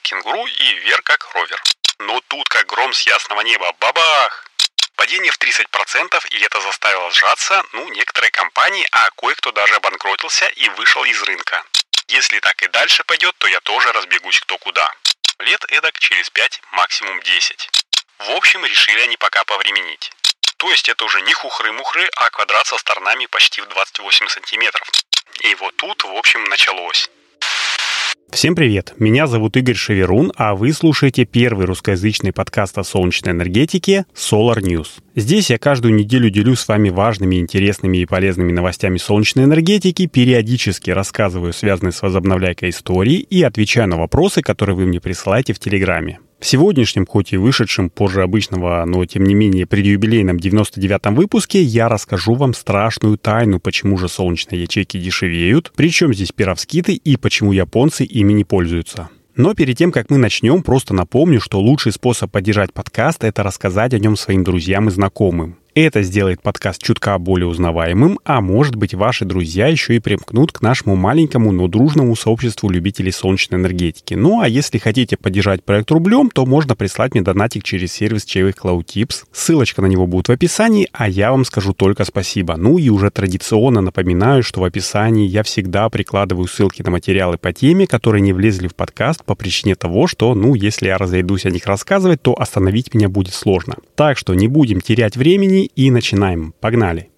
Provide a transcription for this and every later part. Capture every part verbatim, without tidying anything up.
кенгуру и вверх как ровер. Но тут как гром с ясного неба. Бабах! Падение в тридцать процентов, и это заставило сжаться, ну, некоторые компании, а кое-кто даже обанкротился и вышел из рынка. Если так и дальше пойдет, то я тоже разбегусь кто куда. Лет эдак через пять, максимум десять. В общем, решили они пока повременить. То есть это уже не хухры-мухры, а квадрат со сторонами почти в двадцать восемь сантиметров. И вот тут, в общем, началось. Всем привет, меня зовут Игорь Шеверун, а вы слушаете первый русскоязычный подкаст о солнечной энергетике Solar News. Здесь я каждую неделю делюсь с вами важными, интересными и полезными новостями солнечной энергетики, периодически рассказываю связанные с возобновляйкой истории и отвечаю на вопросы, которые вы мне присылаете в Телеграме. В сегодняшнем, хоть и вышедшем позже обычного, но тем не менее предюбилейном девяносто девятом выпуске я расскажу вам страшную тайну, почему же солнечные ячейки дешевеют, причем здесь перовскиты и почему японцы ими не пользуются. Но перед тем, как мы начнем, просто напомню, что лучший способ поддержать подкаст – это рассказать о нем своим друзьям и знакомым. Это сделает подкаст чутка более узнаваемым, а может быть, ваши друзья еще и примкнут к нашему маленькому, но дружному сообществу любителей солнечной энергетики. Ну а если хотите поддержать проект рублем, то можно прислать мне донатик через сервис чаевых CloudTips. Ссылочка на него будет в описании, а я вам скажу только спасибо. Ну и уже традиционно напоминаю, что в описании я всегда прикладываю ссылки на материалы по теме, которые не влезли в подкаст по причине того, что, ну, если я разойдусь о них рассказывать, то остановить меня будет сложно. Так что не будем терять времени и начинаем. Погнали!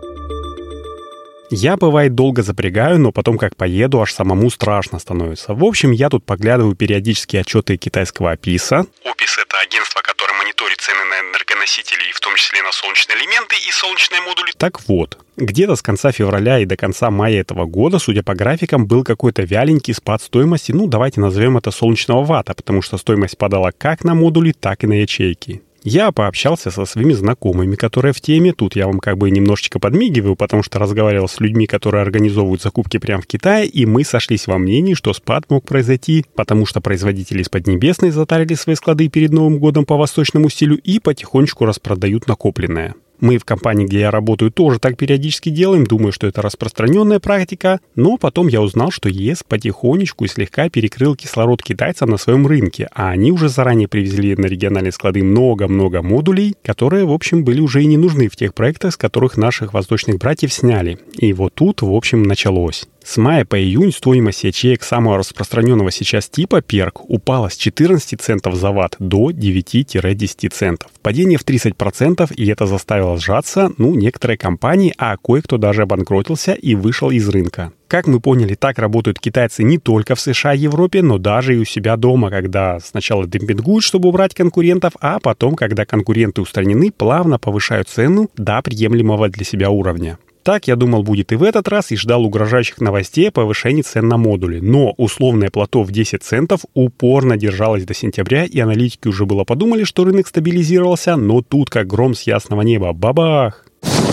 Я, бывает, долго запрягаю, но потом, как поеду, аж самому страшно становится. В общем, я тут поглядываю периодически отчеты китайского ОПИСа. ОПИС – это агентство, которое мониторит цены на энергоносители, в том числе на солнечные элементы и солнечные модули. Так вот, где-то с конца февраля и до конца мая этого года, судя по графикам, был какой-то вяленький спад стоимости, ну, давайте назовем это солнечного ватта, потому что стоимость падала как на модули, так и на ячейки. Я пообщался со своими знакомыми, которые в теме. Тут я вам как бы немножечко подмигиваю, потому что разговаривал с людьми, которые организовывают закупки прямо в Китае, и мы сошлись во мнении, что спад мог произойти, потому что производители из Поднебесной затарили свои склады перед Новым годом по восточному стилю и потихонечку распродают накопленное. Мы в компании, где я работаю, тоже так периодически делаем. Думаю, что это распространенная практика. Но потом я узнал, что ЕС потихонечку и слегка перекрыл кислород китайцам на своем рынке. А они уже заранее привезли на региональные склады много-много модулей, которые, в общем, были уже и не нужны в тех проектах, с которых наших восточных братьев сняли. И вот тут, в общем, началось. С мая по июнь стоимость ячеек самого распространенного сейчас типа перк упала с четырнадцати центов за ватт до девяти-десяти центов. Падение в тридцать процентов, и это заставило сжаться, ну, некоторые компании, а кое-кто даже обанкротился и вышел из рынка. Как мы поняли, так работают китайцы не только в США и Европе, но даже и у себя дома, когда сначала демпингуют, чтобы убрать конкурентов, а потом, когда конкуренты устранены, плавно повышают цену до приемлемого для себя уровня. Так, я думал, будет и в этот раз, и ждал угрожающих новостей о повышении цен на модули. Но условное плато в десять центов упорно держалось до сентября, и аналитики уже было подумали, что рынок стабилизировался, но тут как гром с ясного неба. Бабах!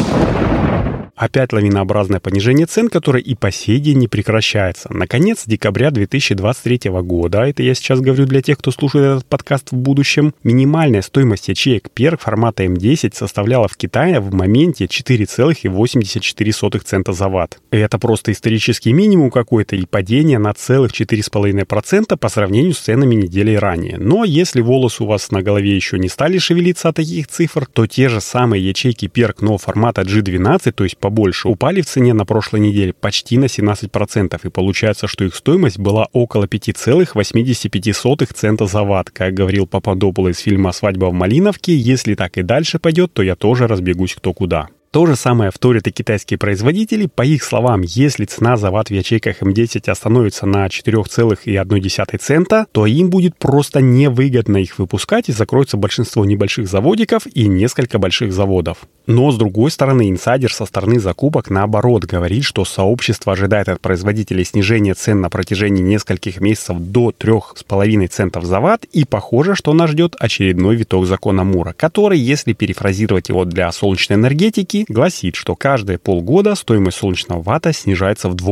Опять лавинообразное понижение цен, которое и по сей день не прекращается. Наконец, с декабря две тысячи двадцать третьего года, это я сейчас говорю для тех, кто слушает этот подкаст в будущем, минимальная стоимость ячеек перк формата эм десять составляла в Китае в моменте четыре целых восемьдесят четыре сотых цента за ватт. Это просто исторический минимум какой-то и падение на целых четыре целых пять десятых процента по сравнению с ценами недели ранее. Но если волосы у вас на голове еще не стали шевелиться от таких цифр, то те же самые ячейки перк, но формата джи двенадцать, то есть по больше, упали в цене на прошлой неделе почти на семнадцать процентов, и получается, что их стоимость была около пяти целых восьмидесяти пяти сотых цента за ватт. Как говорил Пападополо из фильма «Свадьба в Малиновке», если так и дальше пойдет, то я тоже разбегусь кто куда. То же самое вторят и китайские производители. По их словам, если цена за ватт в ячейках эм десять остановится на четыре целых одна десятая цента, то им будет просто невыгодно их выпускать, и закроется большинство небольших заводиков и несколько больших заводов. Но, с другой стороны, инсайдер со стороны закупок, наоборот, говорит, что сообщество ожидает от производителей снижения цен на протяжении нескольких месяцев до трёх с половиной центов за ватт, и похоже, что нас ждет очередной виток закона Мура, который, если перефразировать его для солнечной энергетики, гласит, что каждые полгода стоимость солнечного ватта снижается вдвое.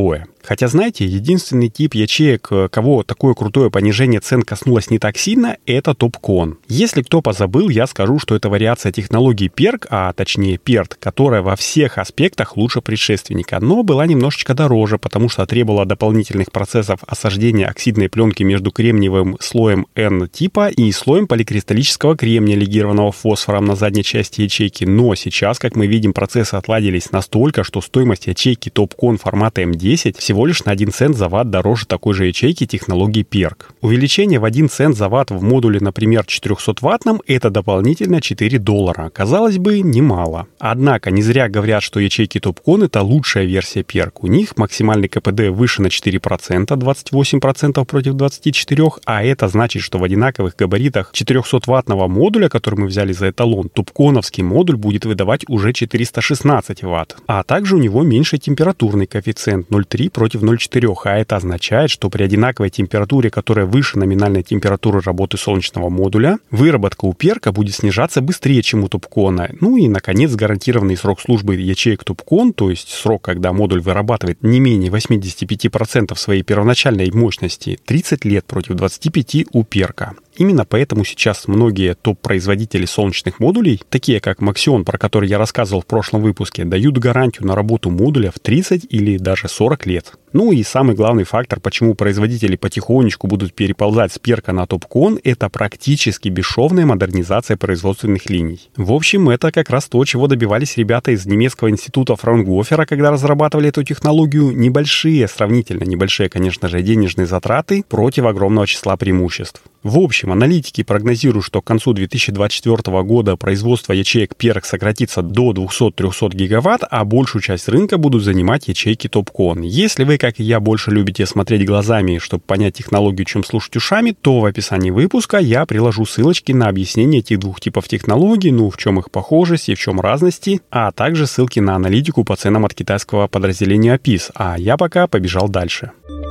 Хотя, знаете, единственный тип ячеек, кого такое крутое понижение цен коснулось не так сильно, это TOPCon. Если кто позабыл, я скажу, что это вариация технологии перк, а точнее перт, которая во всех аспектах лучше предшественника, но была немножечко дороже, потому что требовала дополнительных процессов осаждения оксидной пленки между кремниевым слоем N-типа и слоем поликристаллического кремния, легированного фосфором на задней части ячейки. Но сейчас, как мы видим, процессы отладились настолько, что стоимость ячейки TOPCon формата эм десять всего лишь на один цент за ватт дороже такой же ячейки технологии перк. Увеличение в один цент за ватт в модуле, например, четырехсотваттном, это дополнительно четыре доллара. Казалось бы, немало. Однако не зря говорят, что ячейки TOPCon это лучшая версия перк. У них максимальный КПД выше на четыре процента, двадцать восемь процентов против двадцати четырёх, а это значит, что в одинаковых габаритах четырехсотваттного модуля, который мы взяли за эталон, топконовский модуль будет выдавать уже четыреста шестнадцать ватт. А также у него меньший температурный коэффициент ноль целых три против ноль целых четыре, а это означает, что при одинаковой температуре, которая выше номинальной температуры работы солнечного модуля, выработка у перка будет снижаться быстрее, чем у TOPCon. Ну и, наконец, гарантированный срок службы ячеек TOPCon, то есть срок, когда модуль вырабатывает не менее восемьдесят пять процентов своей первоначальной мощности, тридцать лет против двадцати пяти у перка. Именно поэтому сейчас многие топ-производители солнечных модулей, такие как Maxeon, про который я рассказывал в прошлом выпуске, дают гарантию на работу модуля в тридцать или даже сорок лет. Ну и самый главный фактор, почему производители потихонечку будут переползать с перка на TOPCon, это практически бесшовная модернизация производственных линий. В общем, это как раз то, чего добивались ребята из немецкого института Фраунгофера, когда разрабатывали эту технологию. Небольшие, сравнительно небольшие, конечно же, денежные затраты против огромного числа преимуществ. В общем, аналитики прогнозируют, что к концу две тысячи двадцать четвёртого года производство ячеек перк сократится до двухсот-трехсот гигаватт, а большую часть рынка будут занимать ячейки TOPCon. Если вы, как и я, больше любите смотреть глазами, чтобы понять технологию, чем слушать ушами, то в описании выпуска я приложу ссылочки на объяснение этих двух типов технологий, ну, в чем их похожесть и в чем разности, а также ссылки на аналитику по ценам от китайского подразделения АПИС. А я пока побежал дальше.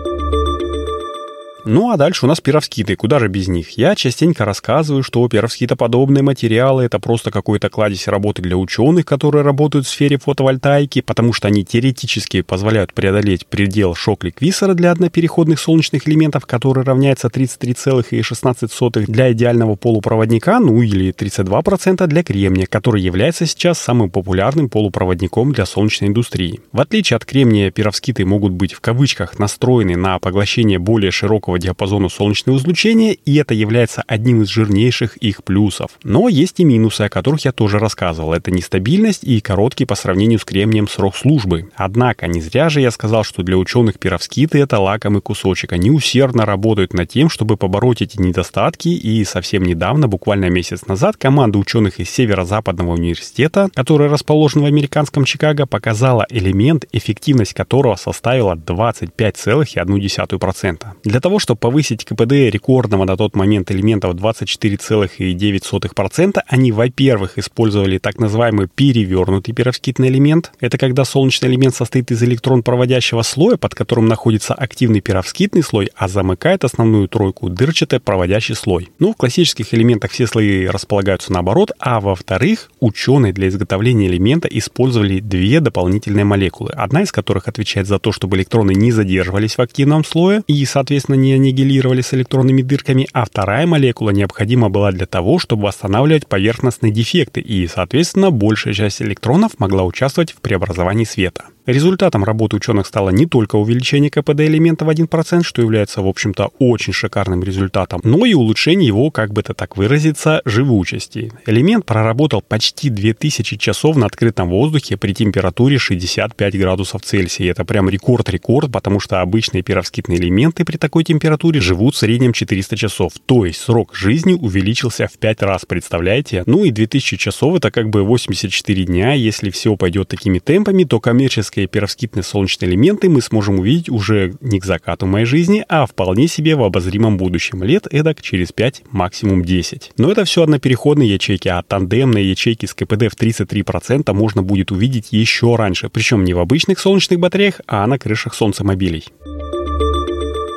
Ну а дальше у нас перовскиты, куда же без них. Я частенько рассказываю, что перовскитоподобные материалы — это просто какой-то кладезь работы для ученых, которые работают в сфере фотовольтаики, потому что они теоретически позволяют преодолеть предел Шокли-Квиссера для однопереходных солнечных элементов, который равняется тридцать три целых шестнадцать сотых для идеального полупроводника, ну или тридцать два процента для кремния, который является сейчас самым популярным полупроводником для солнечной индустрии. В отличие от кремния, перовскиты могут быть в кавычках настроены на поглощение более широкого диапазону солнечного излучения, и это является одним из жирнейших их плюсов. Но есть и минусы, о которых я тоже рассказывал. Это нестабильность и короткий по сравнению с кремнием срок службы. Однако не зря же я сказал, что для ученых перовскиты это лакомый кусочек. Они усердно работают над тем, чтобы побороть эти недостатки, и совсем недавно, буквально месяц назад, команда ученых из Северо-Западного университета, который расположен в американском Чикаго, показала элемент, эффективность которого составила двадцать пять целых одна десятая процента. Для того, чтобы повысить КПД рекордного на тот момент элементов двадцать четыре целых девять сотых процента, они, во-первых, использовали так называемый перевернутый перовскитный элемент. Это когда солнечный элемент состоит из электрон-проводящего слоя, под которым находится активный перовскитный слой, а замыкает основную тройку дырчатый проводящий слой. Ну, в классических элементах все слои располагаются наоборот, а во-вторых, ученые для изготовления элемента использовали две дополнительные молекулы, одна из которых отвечает за то, чтобы электроны не задерживались в активном слое и, соответственно, не аннигилировали с электронными дырками, а вторая молекула необходима была для того, чтобы восстанавливать поверхностные дефекты, и, соответственно, большая часть электронов могла участвовать в преобразовании света. Результатом работы ученых стало не только увеличение КПД элемента в один процент, что является, в общем-то, очень шикарным результатом, но и улучшение его, как бы это так выразиться, живучести. Элемент проработал почти две тысячи часов на открытом воздухе при температуре шестьдесят пять градусов Цельсия. Это прям рекорд-рекорд, потому что обычные перовскитные элементы при такой температуре живут в среднем четыреста часов, то есть срок жизни увеличился в пять раз, представляете? Ну и две тысячи часов — это как бы восемьдесят четыре дня. Если все пойдет такими темпами, то коммерческие перовскитные солнечные элементы мы сможем увидеть уже не к закату моей жизни, а вполне себе в обозримом будущем, лет эдак через пять, максимум десять. Но это все однопереходные ячейки, а тандемные ячейки с КПД в тридцать три процента можно будет увидеть еще раньше, причем не в обычных солнечных батареях, а на крышах солнцемобилей.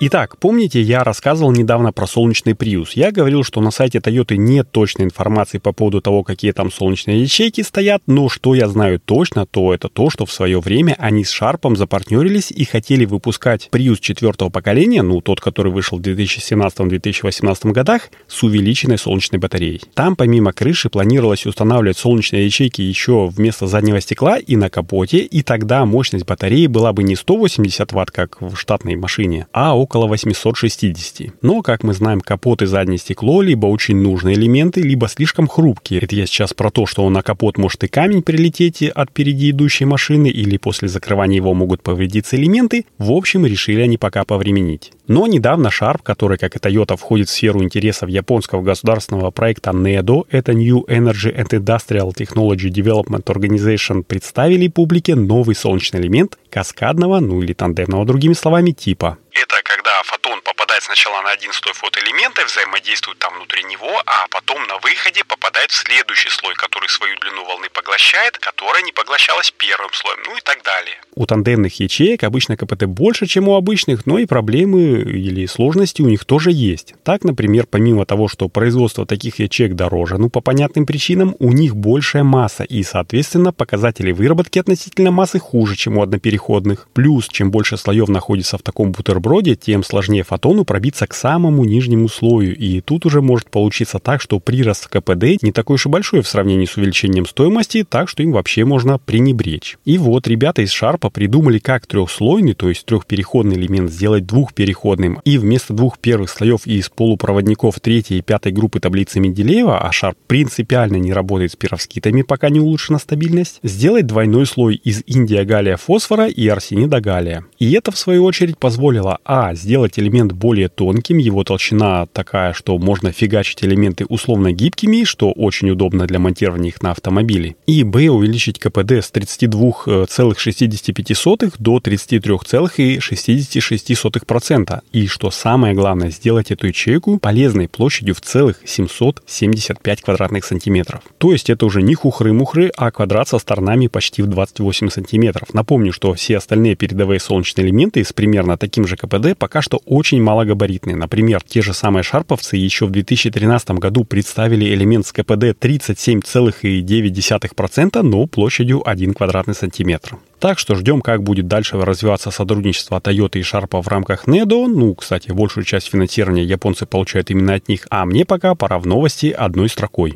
Итак, помните, я рассказывал недавно про солнечный Prius. Я говорил, что на сайте Toyota нет точной информации по поводу того, какие там солнечные ячейки стоят, но что я знаю точно, то это то, что в свое время они с Sharp запартнерились и хотели выпускать Prius четвертого поколения, ну, тот, который вышел в две тысячи семнадцатом - две тысячи восемнадцатом годах, с увеличенной солнечной батареей. Там, помимо крыши, планировалось устанавливать солнечные ячейки еще вместо заднего стекла и на капоте, и тогда мощность батареи была бы не сто восемьдесят ватт, как в штатной машине, а около восемьсот шестьдесят. Но, как мы знаем, капот и заднее стекло либо очень нужные элементы, либо слишком хрупкие. Это я сейчас про то, что на капот может и камень прилететь от впереди идущей машины, или после закрывания его могут повредиться элементы. В общем, решили они пока повременить. Но недавно Sharp, который, как и Toyota, входит в сферу интересов японского государственного проекта НЭДО, это New Energy and Industrial Technology Development Organization, представили публике новый солнечный элемент каскадного, ну или тандемного, другими словами, типа. Это когда фотон попадает сначала на один слой фотоэлемента, взаимодействует там внутри него, а потом на выходе попадает в следующий слой, который свою длину волны поглощает, которая не поглощалась первым слоем, ну и так далее. У тандемных ячеек обычно КПД больше, чем у обычных, но и проблемы или сложности у них тоже есть. Так, например, помимо того, что производство таких ячеек дороже, ну по понятным причинам, у них большая масса и, соответственно, показатели выработки относительно массы хуже, чем у однопереходных. Плюс, чем больше слоев находится в таком бутерброде, тем сложнее фотону пробиться к самому нижнему слою. И тут уже может получиться так, что прирост КПД не такой уж и большой в сравнении с увеличением стоимости, так что им вообще можно пренебречь. И вот ребята из Sharp придумали, как трехслойный, то есть трехпереходный элемент сделать двухпереходным. И вместо двух первых слоев из полупроводников третьей и пятой группы таблицы Менделеева, а Sharp принципиально не работает с перовскитами, пока не улучшена стабильность, сделать двойной слой из индия-галлия фосфора и арсенида галлия. И это, в свою очередь, позволило а. сделать элемент более тонким, его толщина такая, что можно фигачить элементы условно гибкими, что очень удобно для монтирования их на автомобиле, и б. увеличить КПД с тридцати двух целых шестидесяти пяти сотых до тридцати трёх целых шестидесяти шести сотых процента. И, что самое главное, сделать эту ячейку полезной площадью в целых семьсот семьдесят пять квадратных сантиметров. То есть это уже не хухры-мухры, а квадрат со сторонами почти в двадцать восемь сантиметров. Напомню, что все остальные передовые солнечные элементы с примерно таким же КПД пока что очень малогабаритные. Например, те же самые шарповцы еще в две тысячи тринадцатом году представили элемент с КПД тридцать семь целых девять десятых процента, но площадью один квадратный сантиметр. Так что ждем, как будет дальше развиваться сотрудничество Toyota и Sharp в рамках НЭДО. Ну, кстати, большую часть финансирования японцы получают именно от них. А мне пока пора в новости одной строкой.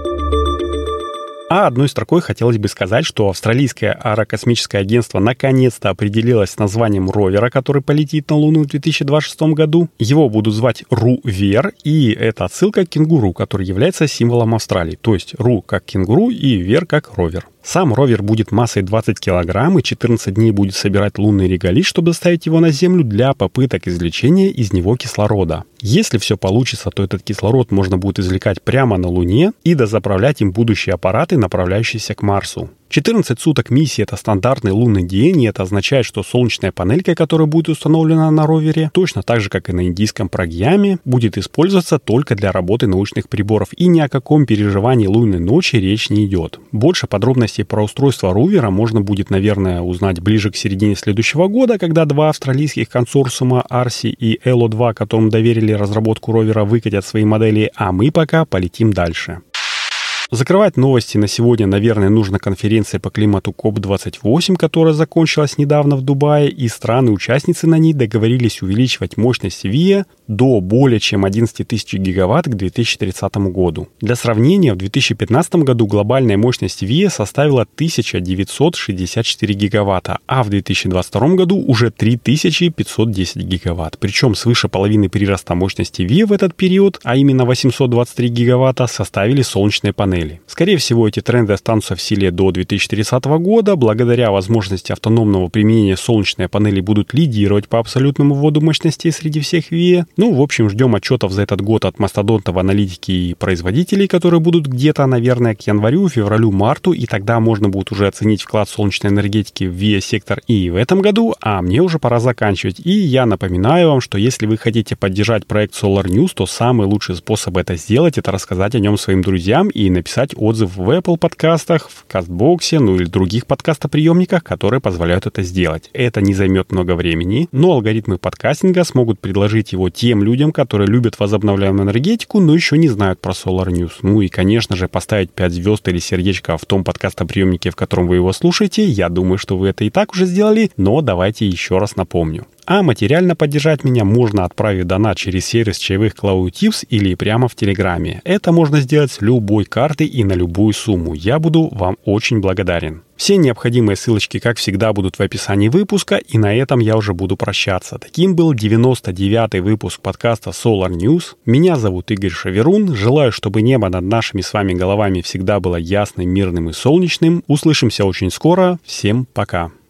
А одной строкой хотелось бы сказать, что австралийское аэрокосмическое агентство наконец-то определилось с названием ровера, который полетит на Луну в две тысячи двадцать шестом году. Его будут звать Ру-Вер, и это отсылка к кенгуру, который является символом Австралии. То есть Ру как кенгуру и Вер как ровер. Сам ровер будет массой двадцать килограмм и четырнадцать дней будет собирать лунный реголит, чтобы доставить его на Землю для попыток извлечения из него кислорода. Если все получится, то этот кислород можно будет извлекать прямо на Луне и дозаправлять им будущие аппараты, направляющиеся к Марсу. четырнадцать суток миссии — это стандартный лунный день, и это означает, что солнечная панелька, которая будет установлена на ровере, точно так же, как и на индийском Прагьяме, будет использоваться только для работы научных приборов, и ни о каком переживании лунной ночи речь не идет. Больше подробностей про устройство ровера можно будет, наверное, узнать ближе к середине следующего года, когда два австралийских консорциума Арси и эл о два, которым доверили разработку ровера, выкатят свои модели, а мы пока полетим дальше. Закрывать новости на сегодня, наверное, нужно конференция по климату коп двадцать восемь, которая закончилась недавно в Дубае, и страны-участницы на ней договорились увеличивать мощность ВИА до более чем одиннадцати тысяч гигаватт к две тысячи тридцатому году. Для сравнения, в две тысячи пятнадцатом году глобальная мощность ВИА составила тысяча девятьсот шестьдесят четыре гигаватта, а в две тысячи двадцать втором году уже три тысячи пятьсот десять гигаватт. Причем свыше половины прироста мощности ВИА в этот период, а именно восемьсот двадцать три гигаватта, составили солнечные панели. Скорее всего, эти тренды останутся в силе до две тысячи тридцатого года. Благодаря возможности автономного применения солнечные панели будут лидировать по абсолютному вводу мощностей среди всех ВИА. Ну, в общем, ждем отчетов за этот год от мастодонтов, аналитики и производителей, которые будут где-то, наверное, к январю, февралю, марту, и тогда можно будет уже оценить вклад солнечной энергетики в ВИА-сектор и в этом году, а мне уже пора заканчивать. И я напоминаю вам, что если вы хотите поддержать проект Solar News, то самый лучший способ это сделать — это рассказать о нем своим друзьям и написать написать отзыв в Apple подкастах, в Кастбоксе, ну или других подкастоприемниках, которые позволяют это сделать. Это не займет много времени, но алгоритмы подкастинга смогут предложить его тем людям, которые любят возобновляемую энергетику, но еще не знают про Solar News. Ну и, конечно же, поставить пять звезд или сердечко в том подкастоприемнике, в котором вы его слушаете. Я думаю, что вы это и так уже сделали, но давайте еще раз напомню. А материально поддержать меня можно, отправив донат через сервис чаевых CloudTips или прямо в Телеграме. Это можно сделать с любой карты и на любую сумму. Я буду вам очень благодарен. Все необходимые ссылочки, как всегда, будут в описании выпуска, и на этом я уже буду прощаться. Таким был девяносто девятый выпуск подкаста Solar News. Меня зовут Игорь Шаверун. Желаю, чтобы небо над нашими с вами головами всегда было ясным, мирным и солнечным. Услышимся очень скоро. Всем пока.